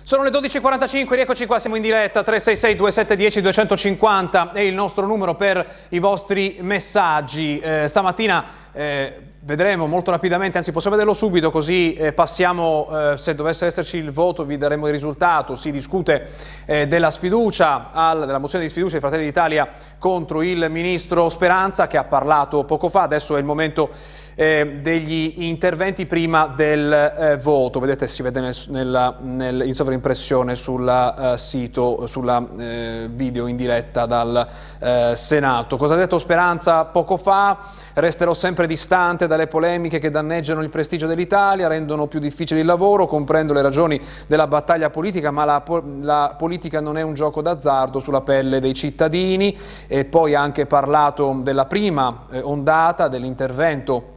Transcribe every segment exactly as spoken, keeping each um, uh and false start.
Sono le dodici e quarantacinque, rieccoci qua, siamo in diretta. Tre sei sei due sette uno zero due cinque zero è il nostro numero per i vostri messaggi. Eh, stamattina eh, vedremo molto rapidamente, anzi possiamo vederlo subito, così eh, passiamo, eh, se dovesse esserci il voto vi daremo il risultato. Si discute eh, della sfiducia, al, della mozione di sfiducia di Fratelli d'Italia contro il ministro Speranza, che ha parlato poco fa. Adesso è il momento Eh, degli interventi prima del eh, voto. Vedete, si vede nel, nella, nel, in sovraimpressione sul uh, sito, sulla uh, video in diretta dal uh, Senato. Cosa ha detto Speranza poco fa? Resterò sempre distante dalle polemiche che danneggiano il prestigio dell'Italia, rendono più difficile il lavoro, comprendo le ragioni della battaglia politica, ma la, la politica non è un gioco d'azzardo sulla pelle dei cittadini. E poi ha anche parlato della prima eh, ondata, dell'intervento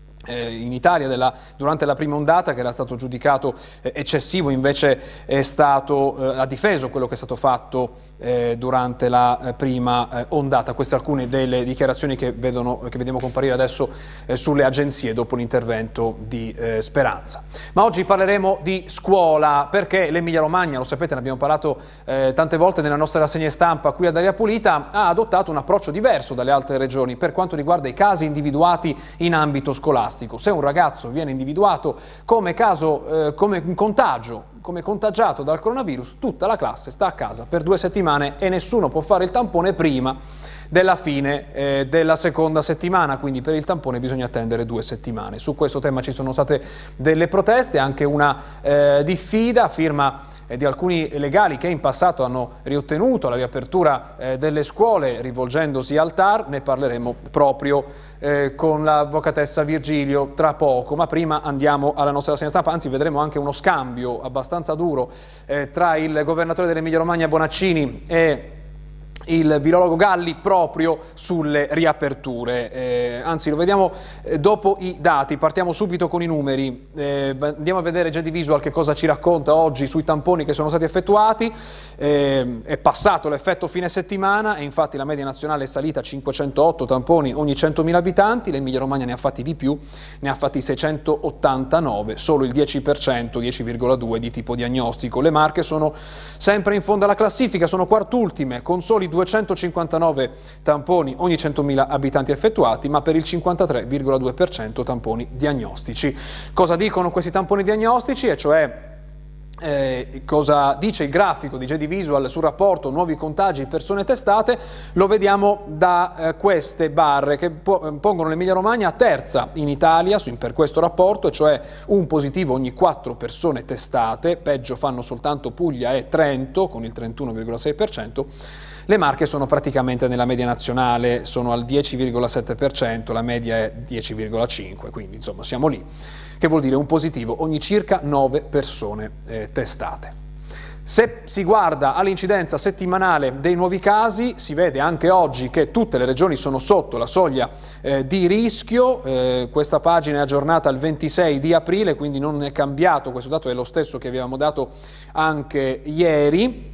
in Italia della, durante la prima ondata, che era stato giudicato eh, eccessivo. Invece è stato, eh, ha difeso quello che è stato fatto eh, durante la eh, prima eh, ondata. Queste alcune delle dichiarazioni che, vedono, che vediamo comparire adesso eh, sulle agenzie dopo l'intervento di eh, Speranza. Ma oggi parleremo di scuola, perché l'Emilia Romagna, lo sapete, ne abbiamo parlato eh, tante volte nella nostra rassegna stampa qui ad Aria Pulita, ha adottato un approccio diverso dalle altre regioni per quanto riguarda i casi individuati in ambito scolastico. Se un ragazzo viene individuato come caso, eh, come contagio, come contagiato dal coronavirus, tutta la classe sta a casa per due settimane e nessuno può fare il tampone prima della fine eh, della seconda settimana, quindi per il tampone bisogna attendere due settimane. Su questo tema ci sono state delle proteste, anche una eh, diffida a firma eh, di alcuni legali che in passato hanno riottenuto la riapertura eh, delle scuole rivolgendosi al T A R. Ne parleremo proprio eh, con l'avvocatessa Virgilio tra poco, ma prima andiamo alla nostra rassegna stampa, anzi vedremo anche uno scambio abbastanza duro eh, tra il governatore dell'Emilia Romagna Bonaccini e il virologo Galli proprio sulle riaperture. Eh, anzi, lo vediamo eh, dopo i dati. Partiamo subito con i numeri. Eh, andiamo a vedere J D Visual che cosa ci racconta oggi sui tamponi che sono stati effettuati. Eh, è passato l'effetto fine settimana e infatti la media nazionale è salita a cinquecentootto tamponi ogni centomila abitanti. L'Emilia Romagna ne ha fatti di più, ne ha fatti seicentottantanove, solo il dieci per cento, dieci virgola due di tipo diagnostico. Le Marche sono sempre in fondo alla classifica, sono quartultime con soli duecentocinquantanove tamponi ogni centomila abitanti effettuati, ma per il cinquantatré virgola due per cento tamponi diagnostici. Cosa dicono questi tamponi diagnostici? E cioè Eh, cosa dice il grafico di J D Visual sul rapporto nuovi contagi persone testate? Lo vediamo da eh, queste barre che po pongono l'Emilia Romagna a terza in Italia su, per questo rapporto, e cioè un positivo ogni quattro persone testate. Peggio fanno soltanto Puglia e Trento con il trentuno virgola sei per cento. Le Marche sono praticamente nella media nazionale, sono al dieci virgola sette per cento, la media è dieci virgola cinque per cento, quindi insomma siamo lì, che vuol dire un positivo ogni circa nove persone eh, testate. Se si guarda all'incidenza settimanale dei nuovi casi, si vede anche oggi che tutte le regioni sono sotto la soglia eh, di rischio. Eh, questa pagina è aggiornata al ventisei di aprile, quindi non è cambiato, questo dato è lo stesso che avevamo dato anche ieri.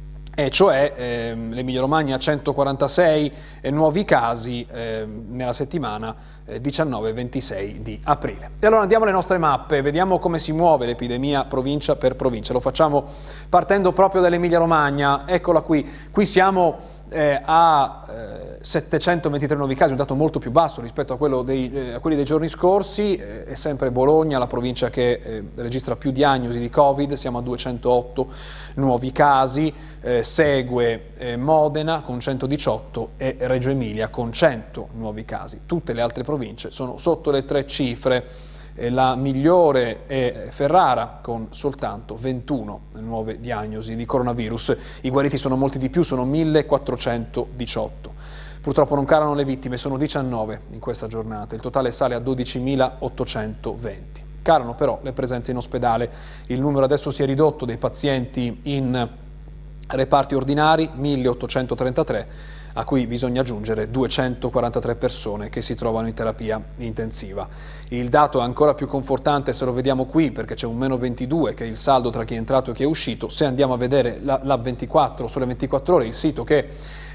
E cioè ehm, l'Emilia Romagna ha centoquarantasei eh, nuovi casi eh, nella settimana eh, diciannove ventisei di aprile. E allora andiamo alle nostre mappe, vediamo come si muove l'epidemia provincia per provincia. Lo facciamo partendo proprio dall'Emilia Romagna. Eccola qui, qui siamo eh, a eh, settecentoventitré nuovi casi, un dato molto più basso rispetto a, quello dei, eh, a quelli dei giorni scorsi. Eh, è sempre Bologna la provincia che eh, registra più diagnosi di Covid, siamo a duecentootto nuovi casi. Eh, segue eh, Modena con centodiciotto e Reggio Emilia con cento nuovi casi. Tutte le altre province sono sotto le tre cifre. Eh, la migliore è Ferrara con soltanto ventuno nuove diagnosi di coronavirus. I guariti sono molti di più, sono millequattrocentodiciotto. Purtroppo non calano le vittime, sono diciannove in questa giornata. Il totale sale a dodicimilaottocentoventi. Calano però le presenze in ospedale. Il numero adesso si è ridotto dei pazienti in reparti ordinari, milleottocentotrentatré, a cui bisogna aggiungere duecentoquarantatré persone che si trovano in terapia intensiva. Il dato è ancora più confortante se lo vediamo qui, perché c'è un meno ventidue che è il saldo tra chi è entrato e chi è uscito. Se andiamo a vedere la, la ventiquattro, sulle ventiquattro ore, il sito che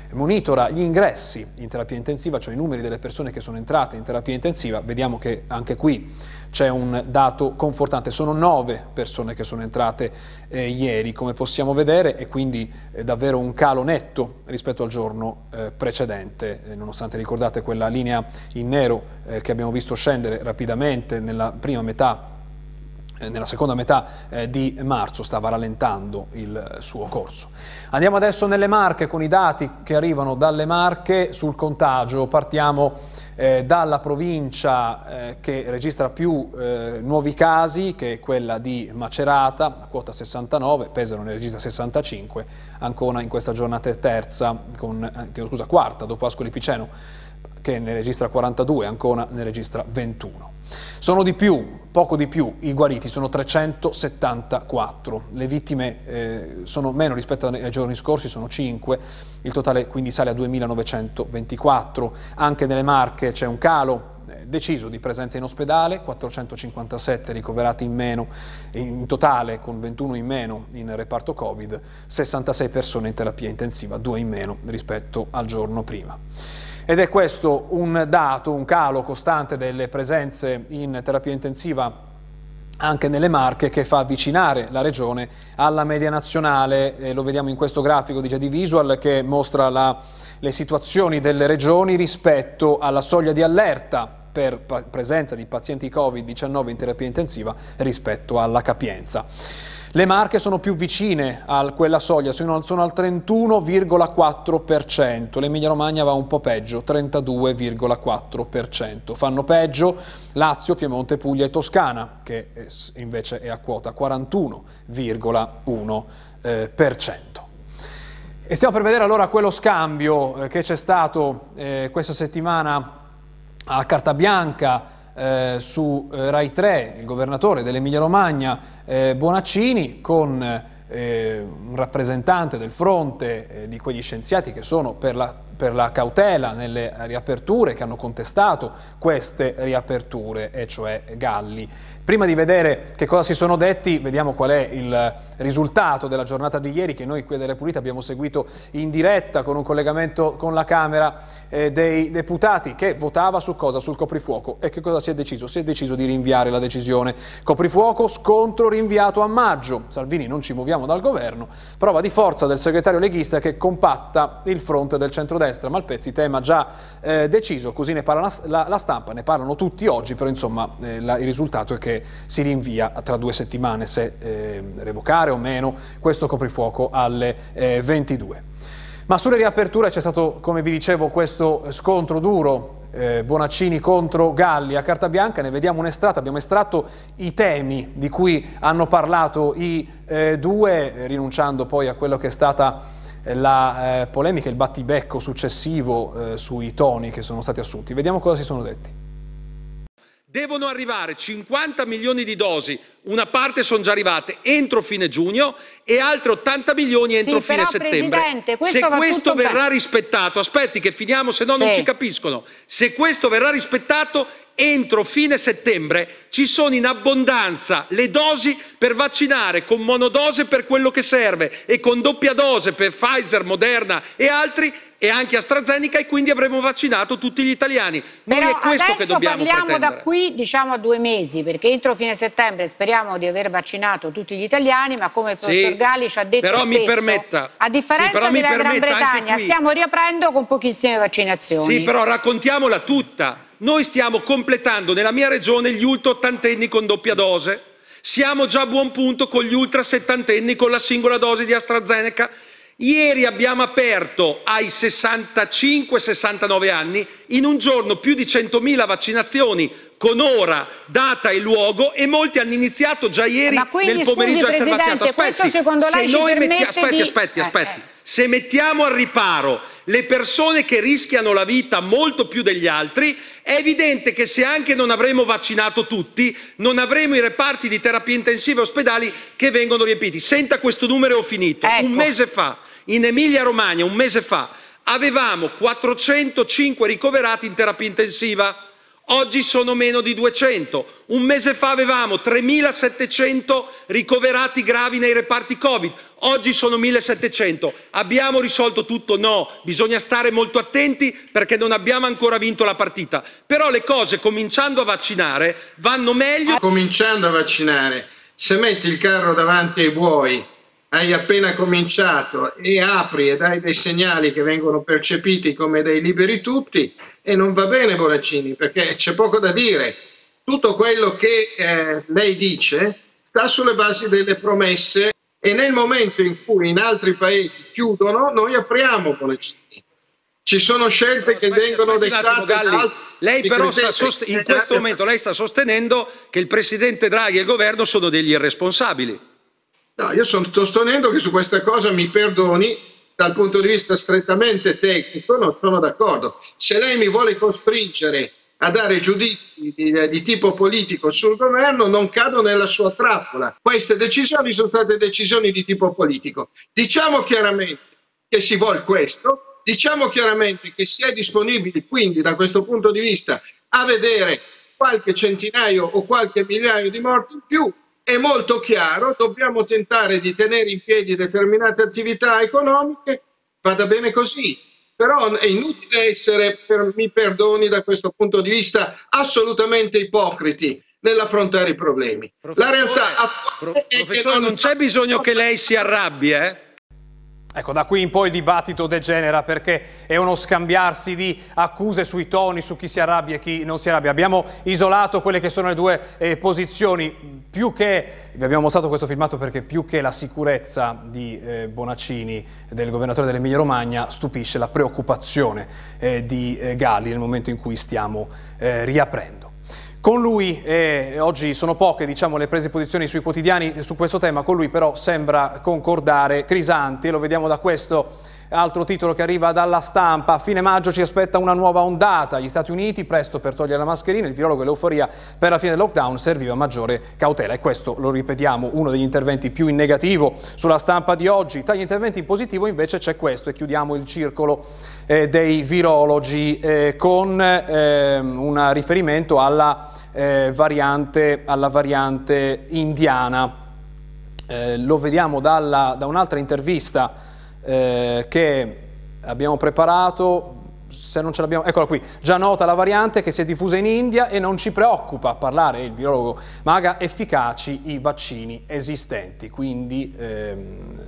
monitora gli ingressi in terapia intensiva, cioè i numeri delle persone che sono entrate in terapia intensiva. Vediamo che anche qui c'è un dato confortante, sono nove persone che sono entrate eh, ieri, come possiamo vedere, e quindi eh, davvero un calo netto rispetto al giorno eh, precedente, eh, nonostante, ricordate, quella linea in nero eh, che abbiamo visto scendere rapidamente nella prima metà nella seconda metà eh, di marzo stava rallentando il suo corso. Andiamo adesso nelle Marche con i dati che arrivano dalle Marche sul contagio. Partiamo eh, dalla provincia eh, che registra più eh, nuovi casi, che è quella di Macerata, a quota sessantanove, Pesaro ne registra sessantacinque, Ancona in questa giornata è terza, con, eh, scusa, quarta dopo Ascoli Piceno, che ne registra quarantadue, Ancona ne registra ventuno. Sono di più, poco di più, i guariti sono trecentosettantaquattro, le vittime eh, sono meno rispetto ai giorni scorsi, sono cinque, il totale quindi sale a duemilanovecentroventiquattro. Anche nelle Marche c'è un calo eh, deciso di presenza in ospedale, quattrocentocinquantasette ricoverati in meno, in totale con ventuno in meno in reparto Covid, sessantasei persone in terapia intensiva, due in meno rispetto al giorno prima. Ed è questo un dato, un calo costante delle presenze in terapia intensiva anche nelle Marche, che fa avvicinare la regione alla media nazionale. Eh, lo vediamo in questo grafico di G D Visual che mostra la, le situazioni delle regioni rispetto alla soglia di allerta per presenza di pazienti Covid diciannove in terapia intensiva rispetto alla capienza. Le Marche sono più vicine a quella soglia, sono, sono al trentuno virgola quattro per cento, l'Emilia Romagna va un po' peggio, trentadue virgola quattro per cento. Fanno peggio Lazio, Piemonte, Puglia e Toscana, che invece è a quota quarantuno virgola uno per cento. E stiamo per vedere allora quello scambio che c'è stato eh, questa settimana a Carta Bianca, Eh, su eh, Rai tre, il governatore dell'Emilia Romagna eh, Bonaccini con eh, un rappresentante del fronte eh, di quegli scienziati che sono per la, per la cautela nelle riaperture, che hanno contestato queste riaperture, e cioè Galli. Prima di vedere che cosa si sono detti, vediamo qual è il risultato della giornata di ieri, che noi qui a Repubblica abbiamo seguito in diretta con un collegamento con la Camera eh, dei Deputati, che votava su cosa? Sul coprifuoco. E che cosa si è deciso? Si è deciso di rinviare la decisione. Coprifuoco, scontro rinviato a maggio. Salvini, non ci muoviamo dal governo. Prova di forza del segretario leghista che compatta il fronte del centrodestra. Malpezzi, tema già eh, deciso, così ne parla la, la stampa, ne parlano tutti oggi, però insomma eh, la, il risultato è che si rinvia tra due settimane se eh, revocare o meno questo coprifuoco alle eh, ventidue. Ma sulle riaperture c'è stato, come vi dicevo, questo scontro duro, eh, Bonaccini contro Galli a Carta Bianca. Ne vediamo un estratto, abbiamo estratto i temi di cui hanno parlato i eh, due, eh, rinunciando poi a quello che è stata la eh, polemica, il battibecco successivo eh, sui toni che sono stati assunti. Vediamo cosa si sono detti. Devono arrivare cinquanta milioni di dosi, una parte sono già arrivate entro fine giugno e altre ottanta milioni entro sì, fine però, settembre. questo se questo verrà bene. rispettato, aspetti che finiamo, se no sì. non ci capiscono. Se questo verrà rispettato, entro fine settembre ci sono in abbondanza le dosi per vaccinare con monodose per quello che serve e con doppia dose per Pfizer, Moderna e altri, e anche AstraZeneca, e quindi avremo vaccinato tutti gli italiani. Noi Però è questo che dobbiamo parliamo pretendere. da qui, diciamo, a due mesi, perché entro fine settembre speriamo di aver vaccinato tutti gli italiani, ma come il professor sì, Galli ci ha detto però spesso, mi permetta, a differenza sì, però della mi Gran permetta Bretagna, stiamo riaprendo con pochissime vaccinazioni. Sì, però raccontiamola tutta. Noi stiamo completando nella mia regione gli ultra ottantenni con doppia dose, siamo già a buon punto con gli ultra settantenni con la singola dose di AstraZeneca. Ieri abbiamo aperto ai sessantacinque sessantanove anni, in un giorno più di centomila vaccinazioni con ora, data e luogo, e molti hanno iniziato già ieri Ma quindi, nel pomeriggio scusi, a essere vaccinato. Aspetti, questo secondo lei se ci noi permette metti... aspetti, di... aspetti, aspetti. Eh, eh. Se mettiamo al riparo le persone che rischiano la vita molto più degli altri, è evidente che se anche non avremo vaccinato tutti, non avremo i reparti di terapia intensiva e ospedali che vengono riempiti. Senta questo numero e ho finito. Ecco. Un mese fa, in Emilia Romagna, un mese fa, avevamo quattrocentocinque ricoverati in terapia intensiva. oggi sono meno di duecento. Un mese fa avevamo tremilasettecento ricoverati gravi nei reparti Covid, oggi sono millesettecento. Abbiamo risolto tutto? No, bisogna stare molto attenti perché non abbiamo ancora vinto la partita. Però le cose, cominciando a vaccinare, vanno meglio. Cominciando a vaccinare, se metti il carro davanti ai buoi, hai appena cominciato e apri e dai dei segnali che vengono percepiti come dei liberi tutti, e non va bene Bonaccini, perché c'è poco da dire. Tutto quello che eh, lei dice sta sulle basi delle promesse, e nel momento in cui in altri paesi chiudono, noi apriamo Bonaccini. Ci sono scelte però, che aspetti, vengono aspetti dettate da altri. Lei però sta sost- in questo momento lei sta sostenendo che il Presidente Draghi e il Governo sono degli irresponsabili. No, io sto sostenendo che su questa cosa, mi perdoni, dal punto di vista strettamente tecnico non sono d'accordo. Se lei mi vuole costringere a dare giudizi di, di tipo politico sul governo, non cado nella sua trappola. Queste decisioni sono state decisioni di tipo politico. Diciamo chiaramente che si vuole questo, diciamo chiaramente che si è disponibili quindi da questo punto di vista a vedere qualche centinaio o qualche migliaio di morti in più. È molto chiaro, dobbiamo tentare di tenere in piedi determinate attività economiche, vada bene così, però è inutile essere, per, mi perdoni da questo punto di vista, assolutamente ipocriti nell'affrontare i problemi. Professore, La realtà attuale pro, è che non, non, non c'è bisogno che lei si arrabbi, eh? Ecco, da qui in poi il dibattito degenera perché è uno scambiarsi di accuse sui toni, su chi si arrabbia e chi non si arrabbia. Abbiamo isolato quelle che sono le due eh, posizioni, più che, vi abbiamo mostrato questo filmato perché più che la sicurezza di eh, Bonaccini, del governatore dell'Emilia Romagna, stupisce la preoccupazione eh, di eh, Galli nel momento in cui stiamo eh, riaprendo. Con lui, eh, oggi sono poche diciamo, le prese di posizione sui quotidiani su questo tema, con lui però sembra concordare Crisanti, e lo vediamo da questo altro titolo che arriva dalla Stampa. A fine maggio ci aspetta una nuova ondata, gli Stati Uniti presto per togliere la mascherina, il virologo e l'euforia per la fine del lockdown, serviva maggiore cautela, e questo, lo ripetiamo, uno degli interventi più in negativo sulla Stampa di oggi. Tra gli interventi in positivo invece c'è questo, e chiudiamo il circolo eh, dei virologi eh, con eh, un riferimento alla, eh, variante, alla variante indiana. Eh, lo vediamo dalla, da un'altra intervista Eh, che abbiamo preparato, se non ce l'abbiamo, eccola qui. Già nota la variante che si è diffusa in India e non ci preoccupa, a parlare il virologo Maga, efficaci i vaccini esistenti, quindi ehm,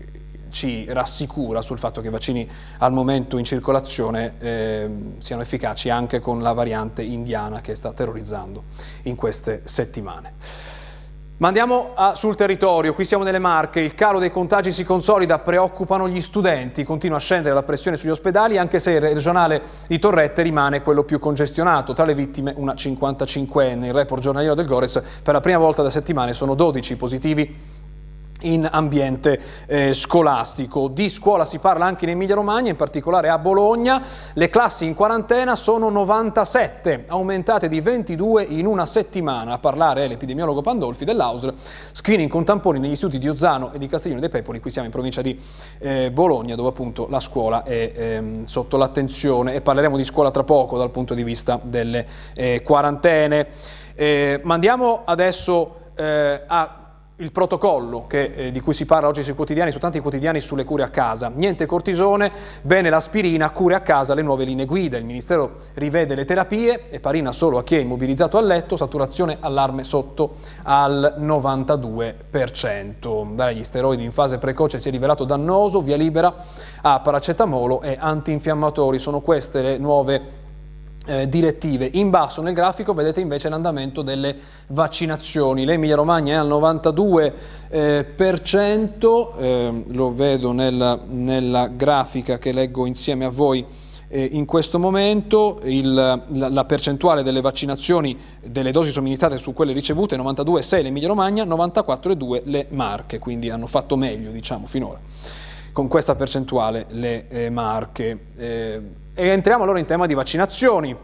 ci rassicura sul fatto che i vaccini al momento in circolazione ehm, siano efficaci anche con la variante indiana che sta terrorizzando in queste settimane. Ma andiamo a, sul territorio, qui siamo nelle Marche, il calo dei contagi si consolida, preoccupano gli studenti, continua a scendere la pressione sugli ospedali anche se il regionale di Torrette rimane quello più congestionato, tra le vittime una cinquantacinquenne, il report giornaliero del Gores, per la prima volta da settimane sono dodici positivi in ambiente eh, scolastico. Di scuola si parla anche in Emilia Romagna, in particolare a Bologna. Le classi in quarantena sono novantasette, aumentate di ventidue in una settimana. A parlare è l'epidemiologo Pandolfi dell'A U S R. Screening con tamponi negli istituti di Ozzano e di Castiglione dei Pepoli. Qui siamo in provincia di eh, Bologna, dove appunto la scuola è ehm, sotto l'attenzione, e parleremo di scuola tra poco dal punto di vista delle eh, quarantene. Eh, ma andiamo adesso eh, a il protocollo che, eh, di cui si parla oggi sui quotidiani, su tanti quotidiani, sulle cure a casa. Niente cortisone, bene l'aspirina, cure a casa, le nuove linee guida. Il Ministero rivede le terapie, eparina solo a chi è immobilizzato a letto, saturazione allarme sotto al novantadue per cento. Dare gli steroidi in fase precoce si è rivelato dannoso, via libera a paracetamolo e antinfiammatori. Sono queste le nuove Eh, direttive. In basso nel grafico vedete invece l'andamento delle vaccinazioni. L'Emilia Romagna è al novantadue per cento, eh, eh, lo vedo nella, nella grafica che leggo insieme a voi eh, in questo momento. Il, la, la percentuale delle vaccinazioni, delle dosi somministrate su quelle ricevute, novantadue virgola sei l'Emilia Romagna, novantaquattro virgola due le Marche, quindi hanno fatto meglio diciamo finora con questa percentuale le eh, Marche. Eh, E entriamo allora in tema di vaccinazioni,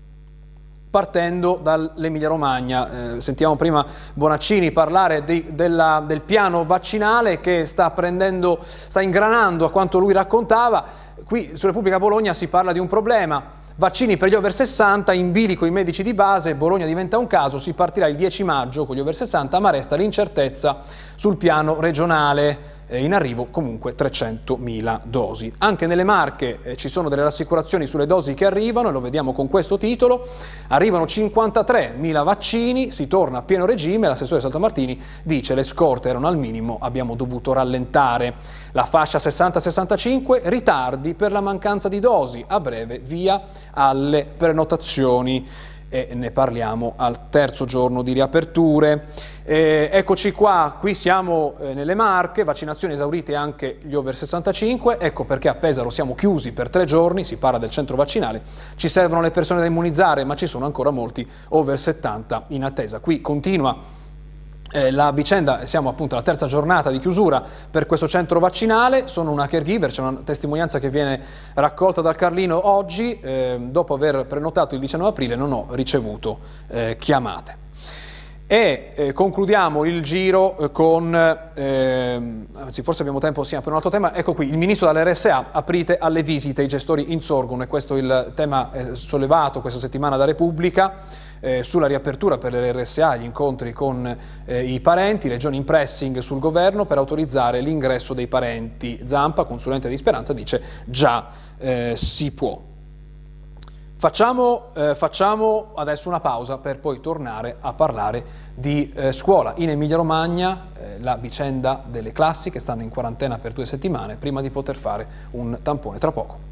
partendo dall'Emilia Romagna. Eh, sentiamo prima Bonaccini parlare di, della, del piano vaccinale che sta prendendo, sta ingranando a quanto lui raccontava. Qui su Repubblica Bologna si parla di un problema. Vaccini per gli over sessanta, in bilico i medici di base, Bologna diventa un caso, si partirà il dieci maggio con gli over sessanta, ma resta l'incertezza sul piano regionale. In arrivo comunque trecentomila dosi. Anche nelle Marche eh, ci sono delle rassicurazioni sulle dosi che arrivano, e lo vediamo con questo titolo. Arrivano cinquantatremila vaccini, si torna a pieno regime. L'assessore Saltamartini dice: le scorte erano al minimo, abbiamo dovuto rallentare. La fascia sessanta sessantacinque, ritardi per la mancanza di dosi, a breve via alle prenotazioni. E ne parliamo al terzo giorno di riaperture. Eh, eccoci qua, qui siamo eh, nelle Marche, vaccinazioni esaurite anche gli over sessantacinque, ecco perché a Pesaro siamo chiusi per tre giorni, si parla del centro vaccinale, ci servono le persone da immunizzare, ma ci sono ancora molti over settanta in attesa. Qui continua Eh, la vicenda, siamo appunto alla terza giornata di chiusura per questo centro vaccinale. Sono una caregiver, c'è una testimonianza che viene raccolta dal Carlino oggi, eh, dopo aver prenotato il diciannove aprile non ho ricevuto eh, chiamate. E eh, concludiamo il giro eh, con, eh, anzi forse abbiamo tempo sì, per un altro tema. Ecco qui, il ministro dell'R S A, aprite alle visite, i gestori insorgono, e questo è il tema eh, sollevato questa settimana da Repubblica. Eh, sulla riapertura per l'R S A, gli incontri con eh, i parenti, Regioni in pressing sul governo per autorizzare l'ingresso dei parenti. Zampa, consulente di Speranza, dice già eh, si può. Facciamo, eh, facciamo adesso una pausa per poi tornare a parlare di eh, scuola. In Emilia Romagna eh, la vicenda delle classi che stanno in quarantena per due settimane prima di poter fare un tampone tra poco.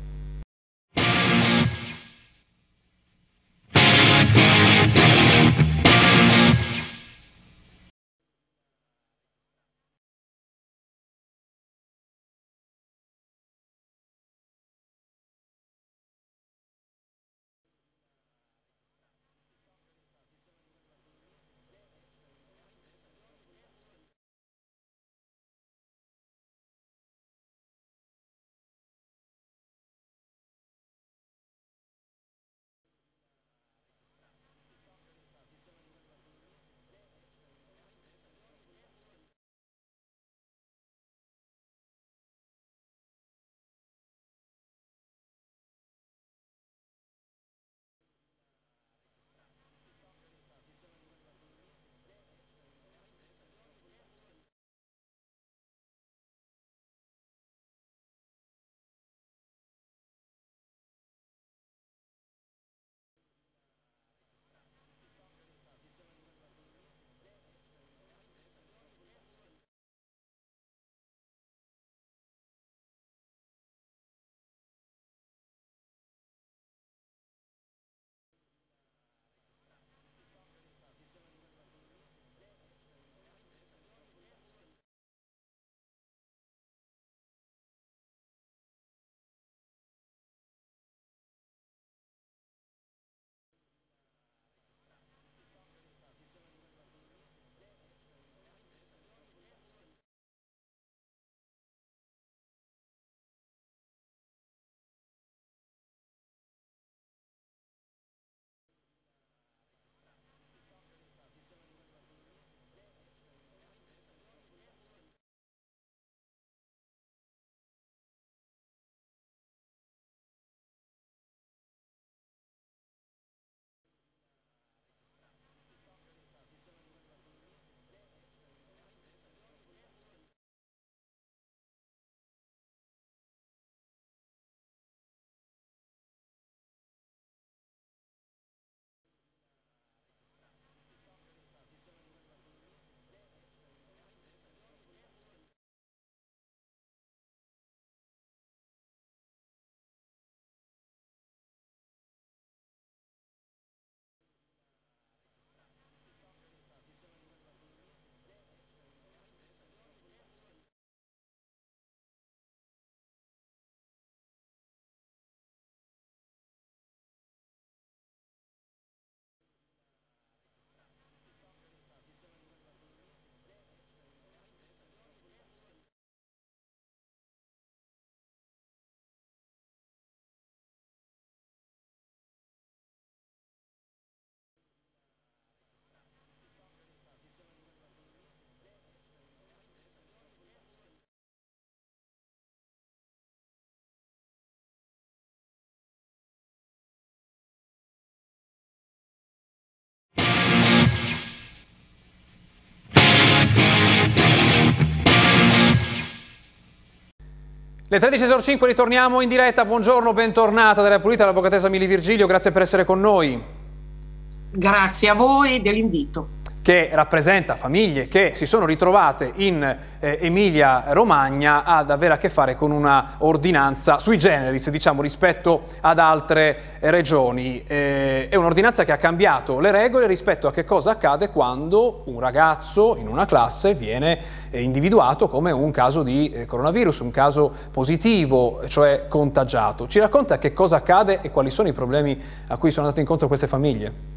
Le tredici e zero cinque ritorniamo in diretta, buongiorno, bentornata dalla Pulita, l'avvocatessa Mili Virgilio, grazie per essere con noi. Grazie a voi dell'invito. Che rappresenta famiglie che si sono ritrovate in eh, Emilia-Romagna ad avere a che fare con una ordinanza sui generis, diciamo, rispetto ad altre eh, regioni. Eh, è un'ordinanza che ha cambiato le regole rispetto a che cosa accade quando un ragazzo in una classe viene eh, individuato come un caso di eh, coronavirus, un caso positivo, cioè contagiato. Ci racconta che cosa accade e quali sono i problemi a cui sono andate incontro queste famiglie?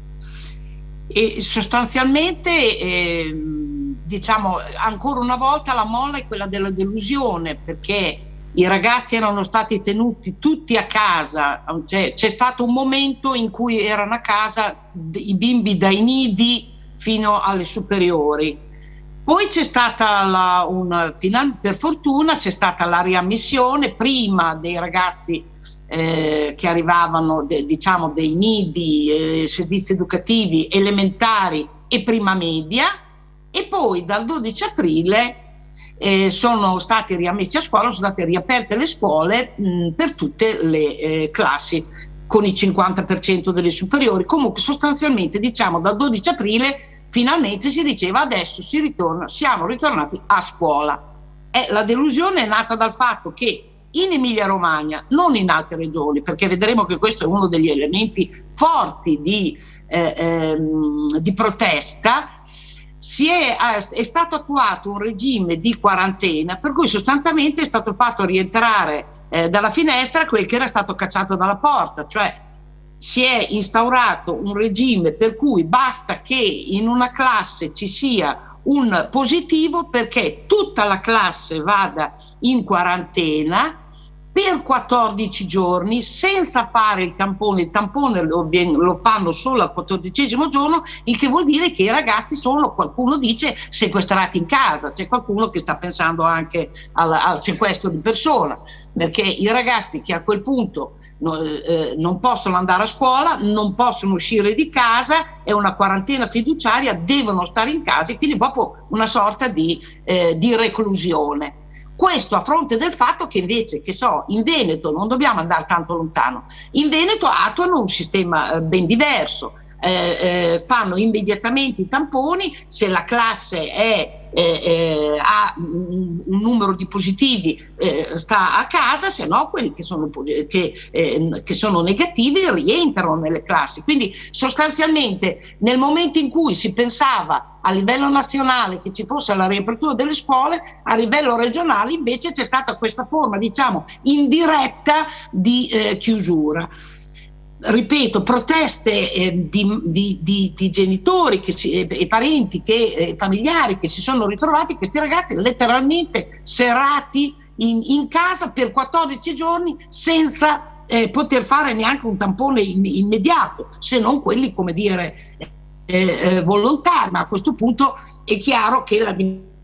E sostanzialmente, eh, diciamo, ancora una volta la molla è quella della delusione, perché i ragazzi erano stati tenuti tutti a casa, cioè, c'è stato un momento in cui erano a casa i bimbi dai nidi fino alle superiori. Poi c'è stata la, un, per fortuna c'è stata la riammissione prima dei ragazzi eh, che arrivavano de, diciamo dei nidi, eh, servizi educativi elementari e prima media, e poi dal dodici aprile eh, sono stati riammessi a scuola, sono state riaperte le scuole mh, per tutte le eh, classi con il cinquanta per cento delle superiori. Comunque sostanzialmente diciamo dal dodici aprile finalmente si diceva adesso si ritorna, siamo ritornati a scuola. Eh, la delusione è nata dal fatto che in Emilia-Romagna, non in altre regioni, perché vedremo che questo è uno degli elementi forti di, eh, ehm, di protesta, si è, è stato attuato un regime di quarantena per cui sostanzialmente è stato fatto rientrare eh, dalla finestra quel che era stato cacciato dalla porta, cioè si è instaurato un regime per cui basta che in una classe ci sia un positivo perché tutta la classe vada in quarantena per quattordici giorni senza fare il tampone. Il tampone lo, lo fanno solo al quattordicesimo giorno, il che vuol dire che i ragazzi sono, qualcuno dice, sequestrati in casa. C'è qualcuno che sta pensando anche al, al sequestro di persona, perché i ragazzi che a quel punto no, eh, non possono andare a scuola, non possono uscire di casa, è una quarantena fiduciaria, devono stare in casa e quindi proprio una sorta di, eh, di reclusione. Questo a fronte del fatto che invece, che so, in Veneto, non dobbiamo andare tanto lontano, in Veneto attuano un sistema eh, ben diverso, eh, eh, fanno immediatamente i tamponi, se la classe è, eh, eh, ha un, un numero di positivi eh, sta a casa, se no quelli che sono, che, eh, che sono negativi rientrano nelle classi. Quindi sostanzialmente nel momento in cui si pensava a livello nazionale che ci fosse la riapertura delle scuole, a livello regionale invece c'è stata questa forma, diciamo, indiretta di eh, chiusura. Ripeto, proteste eh, di, di, di, di genitori che si, e parenti, che, eh, familiari che si sono ritrovati, questi ragazzi letteralmente serrati in, in casa per quattordici giorni senza eh, poter fare neanche un tampone in, immediato, se non quelli, come dire, eh, eh, volontari. Ma a questo punto è chiaro che la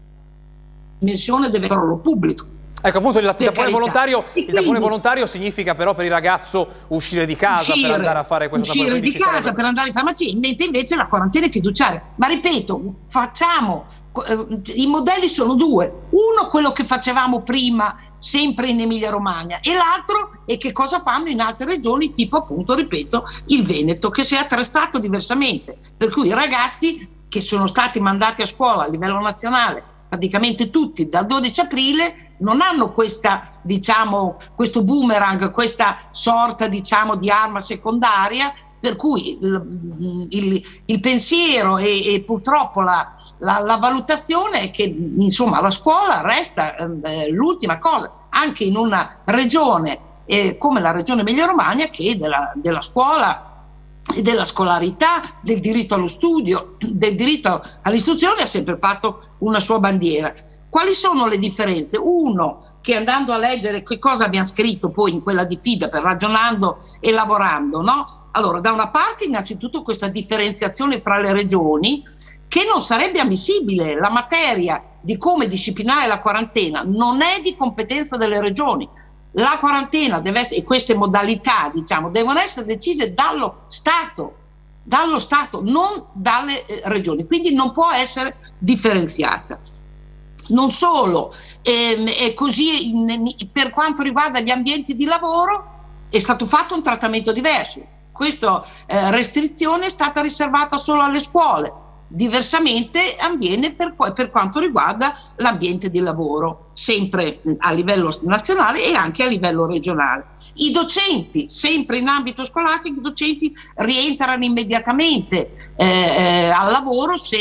dimensione deve essere lo pubblico. Ecco, appunto il tampone volontario, il tampone volontario significa però per il ragazzo uscire di casa uscire, per andare a fare questo tampone. Uscire di casa sarebbe... per andare in farmacia, mentre invece la quarantena è fiduciaria. Ma ripeto, facciamo, eh, i modelli sono due. Uno, quello che facevamo prima, sempre in Emilia-Romagna, e l'altro è che cosa fanno in altre regioni, tipo appunto, ripeto, il Veneto, che si è attrezzato diversamente. Per cui i ragazzi che sono stati mandati a scuola a livello nazionale, praticamente tutti dal dodici aprile, non hanno questa, diciamo, questo boomerang, questa sorta, diciamo, di arma secondaria, per cui il, il, il pensiero e, e purtroppo la, la, la valutazione è che, insomma, la scuola resta eh, l'ultima cosa, anche in una regione eh, come la regione Emilia-Romagna, che della, della scuola e della scolarità, del diritto allo studio, del diritto all'istruzione ha sempre fatto una sua bandiera. Quali sono le differenze? Uno, che andando a leggere che cosa abbiamo scritto poi in quella di Fidaper, ragionando e lavorando, no? Allora, da una parte innanzitutto questa differenziazione fra le regioni, che non sarebbe ammissibile. La materia di come disciplinare la quarantena non è di competenza delle regioni. La quarantena deve essere, e queste modalità, diciamo, devono essere decise dallo Stato, dallo Stato, non dalle eh, regioni, quindi non può essere differenziata. Non solo, ehm, è così in, per quanto riguarda gli ambienti di lavoro è stato fatto un trattamento diverso. Questa eh, restrizione è stata riservata solo alle scuole, diversamente avviene per, per quanto riguarda l'ambiente di lavoro, sempre a livello nazionale e anche a livello regionale. I docenti, sempre in ambito scolastico, i docenti rientrano immediatamente eh, eh, al lavoro se,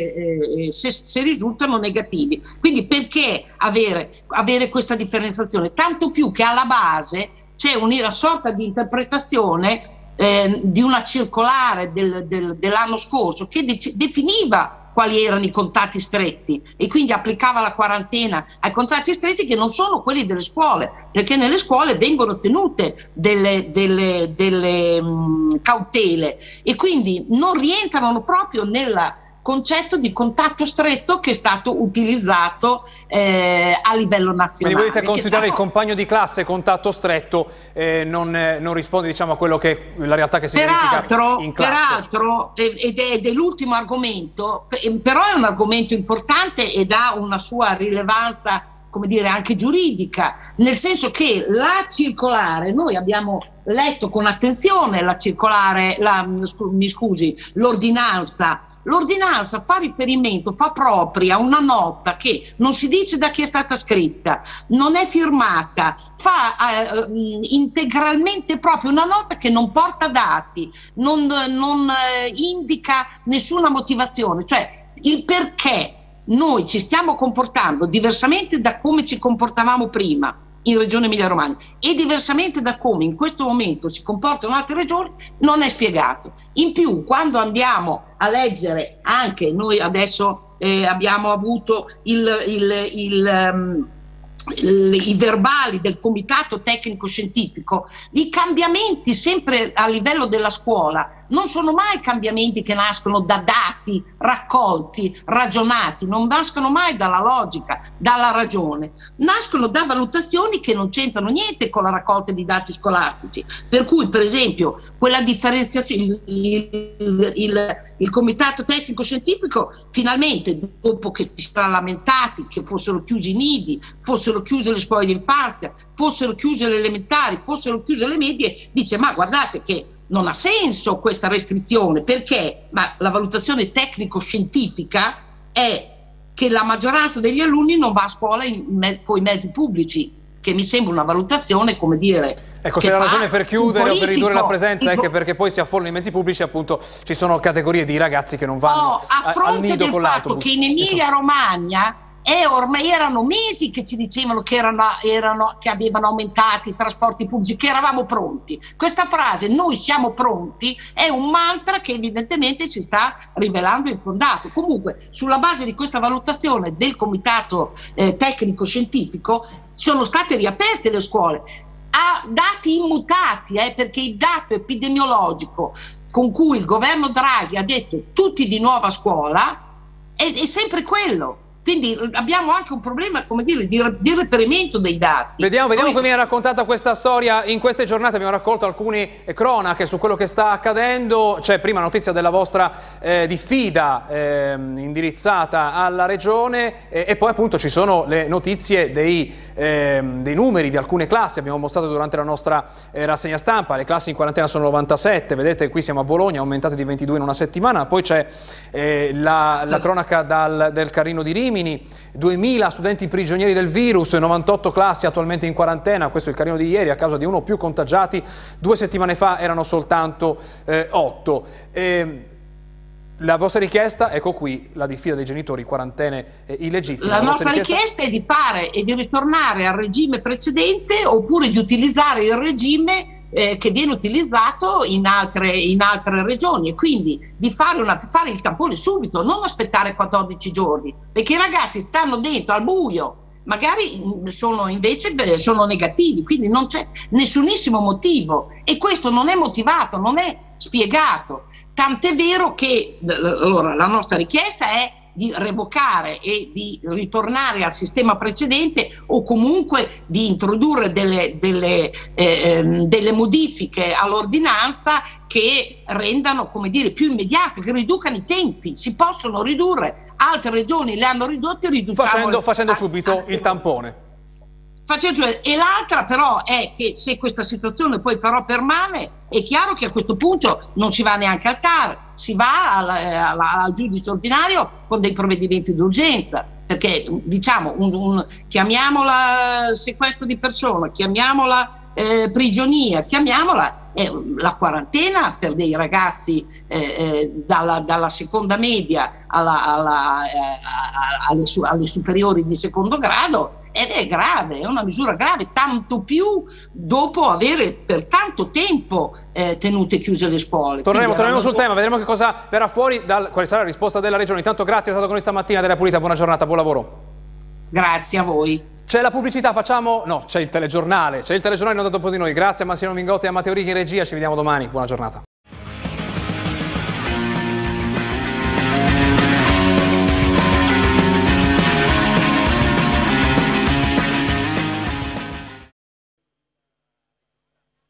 eh, se, se risultano negativi. Quindi perché avere, avere questa differenziazione? Tanto più che alla base c'è una sorta di interpretazione Eh, di una circolare del, del, dell'anno scorso che de- definiva quali erano i contatti stretti e quindi applicava la quarantena ai contatti stretti, che non sono quelli delle scuole, perché nelle scuole vengono tenute delle, delle, delle mh, cautele e quindi non rientrano proprio nel concetto di contatto stretto che è stato utilizzato eh, a livello nazionale. Quindi volete considerare stato... il compagno di classe contatto stretto, eh, non, eh, non risponde, diciamo, a quello che la realtà che si peraltro, verifica in classe. Peraltro, ed è, ed è l'ultimo argomento, però è un argomento importante ed ha una sua rilevanza, come dire, anche giuridica, nel senso che la circolare, noi abbiamo letto con attenzione la circolare, la, mi scusi, l'ordinanza. L'ordinanza fa riferimento, fa propria una nota che non si dice da chi è stata scritta, non è firmata, fa eh, integralmente proprio una nota che non porta dati, non, non eh, indica nessuna motivazione, cioè il perché noi ci stiamo comportando diversamente da come ci comportavamo prima in Regione Emilia-Romagna e diversamente da come in questo momento si comportano altre regioni non è spiegato. In più, quando andiamo a leggere anche noi adesso eh, abbiamo avuto il, il, il, um, il, i verbali del comitato tecnico scientifico, i cambiamenti sempre a livello della scuola non sono mai cambiamenti che nascono da dati raccolti, ragionati, non nascono mai dalla logica, dalla ragione, nascono da valutazioni che non c'entrano niente con la raccolta di dati scolastici. Per cui, per esempio, quella differenziazione, il, il, il, il comitato tecnico scientifico finalmente, dopo che si sono lamentati che fossero chiusi i nidi, fossero chiuse le scuole di infanzia, fossero chiuse le elementari, fossero chiuse le medie, dice: ma guardate che non ha senso questa restrizione, perché ma la valutazione tecnico-scientifica è che la maggioranza degli alunni non va a scuola con i mezzi pubblici, che mi sembra una valutazione, come dire... Ecco, se la ragione per chiudere o per ridurre la presenza è che perché poi si affollano i mezzi pubblici, appunto, ci sono categorie di ragazzi che non vanno oh, a fronte al nido del con fatto l'autobus. Che in Emilia-Romagna e ormai erano mesi che ci dicevano che, erano, erano, che avevano aumentato i trasporti pubblici, che eravamo pronti. Questa frase, noi siamo pronti, è un mantra che evidentemente si sta rivelando infondato. Comunque, sulla base di questa valutazione del comitato eh, tecnico-scientifico, sono state riaperte le scuole a dati immutati, eh, perché il dato epidemiologico con cui il governo Draghi ha detto tutti di nuovo a scuola è, è sempre quello. Quindi abbiamo anche un problema, come dire, di, di reperimento dei dati. Vediamo, vediamo Noi... come viene raccontata questa storia. In queste giornate abbiamo raccolto alcune cronache su quello che sta accadendo. C'è prima notizia della vostra eh, diffida eh, indirizzata alla regione eh, e poi appunto ci sono le notizie dei, eh, dei numeri di alcune classi. Abbiamo mostrato durante la nostra eh, rassegna stampa, le classi in quarantena sono novantasette, vedete qui siamo a Bologna, aumentate di ventidue in una settimana. Poi c'è eh, la, la cronaca dal, del Carlino di Rimini, duemila studenti prigionieri del virus, novantotto classi attualmente in quarantena, questo è il Carlino di ieri, a causa di uno o più contagiati, due settimane fa erano soltanto eh, otto. E la vostra richiesta, ecco qui, la diffida dei genitori, quarantene eh, illegittime. La, la nostra richiesta... richiesta è di fare e di ritornare al regime precedente oppure di utilizzare il regime Eh, che viene utilizzato in altre, in altre regioni, e quindi di fare, una, fare il tampone subito, non aspettare quattordici giorni, perché i ragazzi stanno dentro al buio, magari sono invece sono negativi, quindi non c'è nessunissimo motivo e questo non è motivato, non è spiegato, tant'è vero che allora, la nostra richiesta è di revocare e di ritornare al sistema precedente o comunque di introdurre delle, delle, eh, delle modifiche all'ordinanza che rendano, come dire, più immediato, che riducano i tempi. Si possono ridurre, altre regioni le hanno ridotte, riduciamo facendo, le, facendo a, subito a, il tampone. Facendo, e l'altra però è che se questa situazione poi però permane, è chiaro che a questo punto non si va neanche al T A R, si va al, al, al giudice ordinario con dei provvedimenti d'urgenza, perché diciamo un, un, chiamiamola sequestro di persona, chiamiamola eh, prigionia, chiamiamola eh, la quarantena per dei ragazzi eh, eh, dalla, dalla seconda media alla, alla, eh, alle, su, alle superiori di secondo grado, ed è grave, è una misura grave, tanto più dopo avere per tanto tempo eh, tenute chiuse le scuole. Torneremo, torneremo sul erano... tema, vedremo che cosa verrà fuori, dal, quale sarà la risposta della Regione. Intanto grazie, è stato con noi stamattina della Pulita, buona giornata, buon lavoro. Grazie a voi. C'è la pubblicità, facciamo... no, c'è il telegiornale, c'è il telegiornale in onda dopo di noi. Grazie a Massimo Mingotti e a Matteo Righi in regia, ci vediamo domani, buona giornata.